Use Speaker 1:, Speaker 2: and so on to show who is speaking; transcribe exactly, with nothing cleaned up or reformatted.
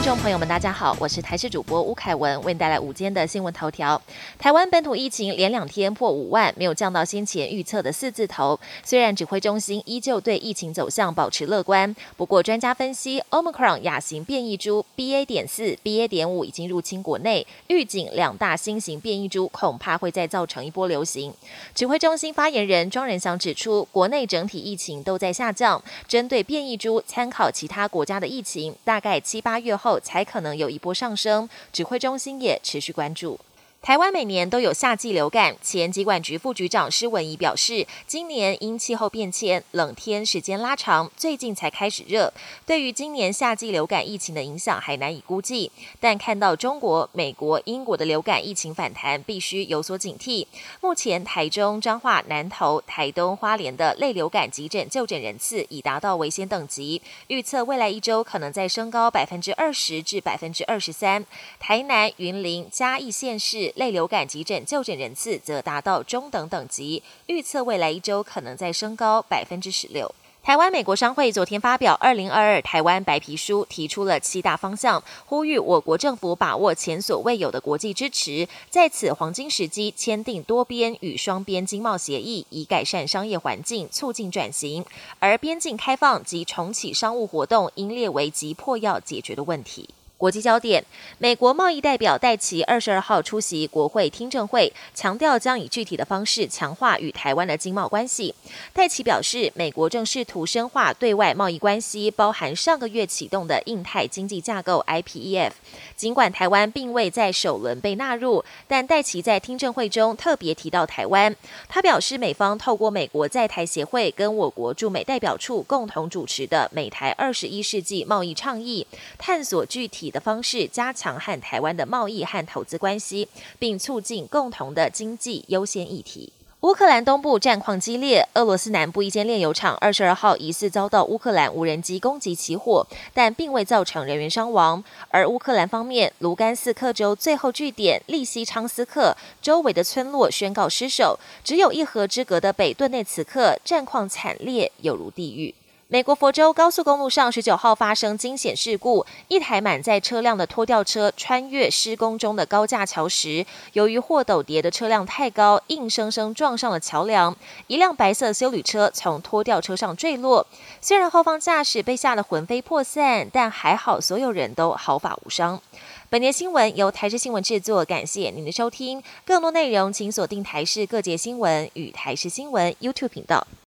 Speaker 1: 众朋友们，大家好，我是台视主播吴凯文，为您带来午间的新闻头条。台湾本土疫情连两天破五万，没有降到先前预测的四字头。虽然指挥中心依旧对疫情走向保持乐观，不过专家分析 ，Omicron 亚型变异株 B A 点四、B A 点五已经入侵国内，预警两大新型变异株恐怕会再造成一波流行。指挥中心发言人庄仁祥指出，国内整体疫情都在下降，针对变异株参考其他国家的疫情，大概七八月后才可能有一波上升，指挥中心也持续关注。台湾每年都有夏季流感，前疾管局副局长施文仪表示，今年因气候变迁，冷天时间拉长，最近才开始热，对于今年夏季流感疫情的影响还难以估计。但看到中国、美国、英国的流感疫情反弹，必须有所警惕。目前台中、彰化、南投、台东、花莲的类流感急诊就诊人次已达到危险等级，预测未来一周可能再升高百分之二十至百分之二十三。台南、云林、嘉义县市类流感急诊就诊人次则达到中等等级，预测未来一周可能再升高百分之十六。台湾美国商会昨天发表二零二二台湾白皮书，提出了七大方向，呼吁我国政府把握前所未有的国际支持，在此黄金时机签订多边与双边经贸协议，以改善商业环境，促进转型。而边境开放及重启商务活动应列为急迫要解决的问题。国际焦点，美国贸易代表戴琪二十二号出席国会听证会，强调将以具体的方式强化与台湾的经贸关系。戴琪表示，美国正试图深化对外贸易关系，包含上个月启动的印太经济架构 I P E F。尽管台湾并未在首轮被纳入，但戴琪在听证会中特别提到台湾。他表示，美方透过美国在台协会跟我国驻美代表处共同主持的美台二十一世纪贸易倡议，探索具体的方式加强和台湾的贸易和投资关系，并促进共同的经济优先议题。乌克兰东部战况激烈，俄罗斯南部一间炼油厂二十二号疑似遭到乌克兰无人机攻击起火，但并未造成人员伤亡。而乌克兰方面，卢甘斯克州最后据点利西昌斯克周围的村落宣告失守，只有一河之隔的北顿内茨克战况惨烈，有如地狱。美国佛州高速公路上十九号发生惊险事故，一台满载车辆的拖吊车穿越施工中的高架桥时，由于货斗叠的车辆太高，硬生生撞上了桥梁。一辆白色休旅车从拖吊车上坠落，虽然后方驾驶被吓得魂飞魄散，但还好所有人都毫发无伤。本节新闻由台视新闻制作，感谢您的收听。更多内容请锁定台视各节新闻与台视新闻 YouTube 频道。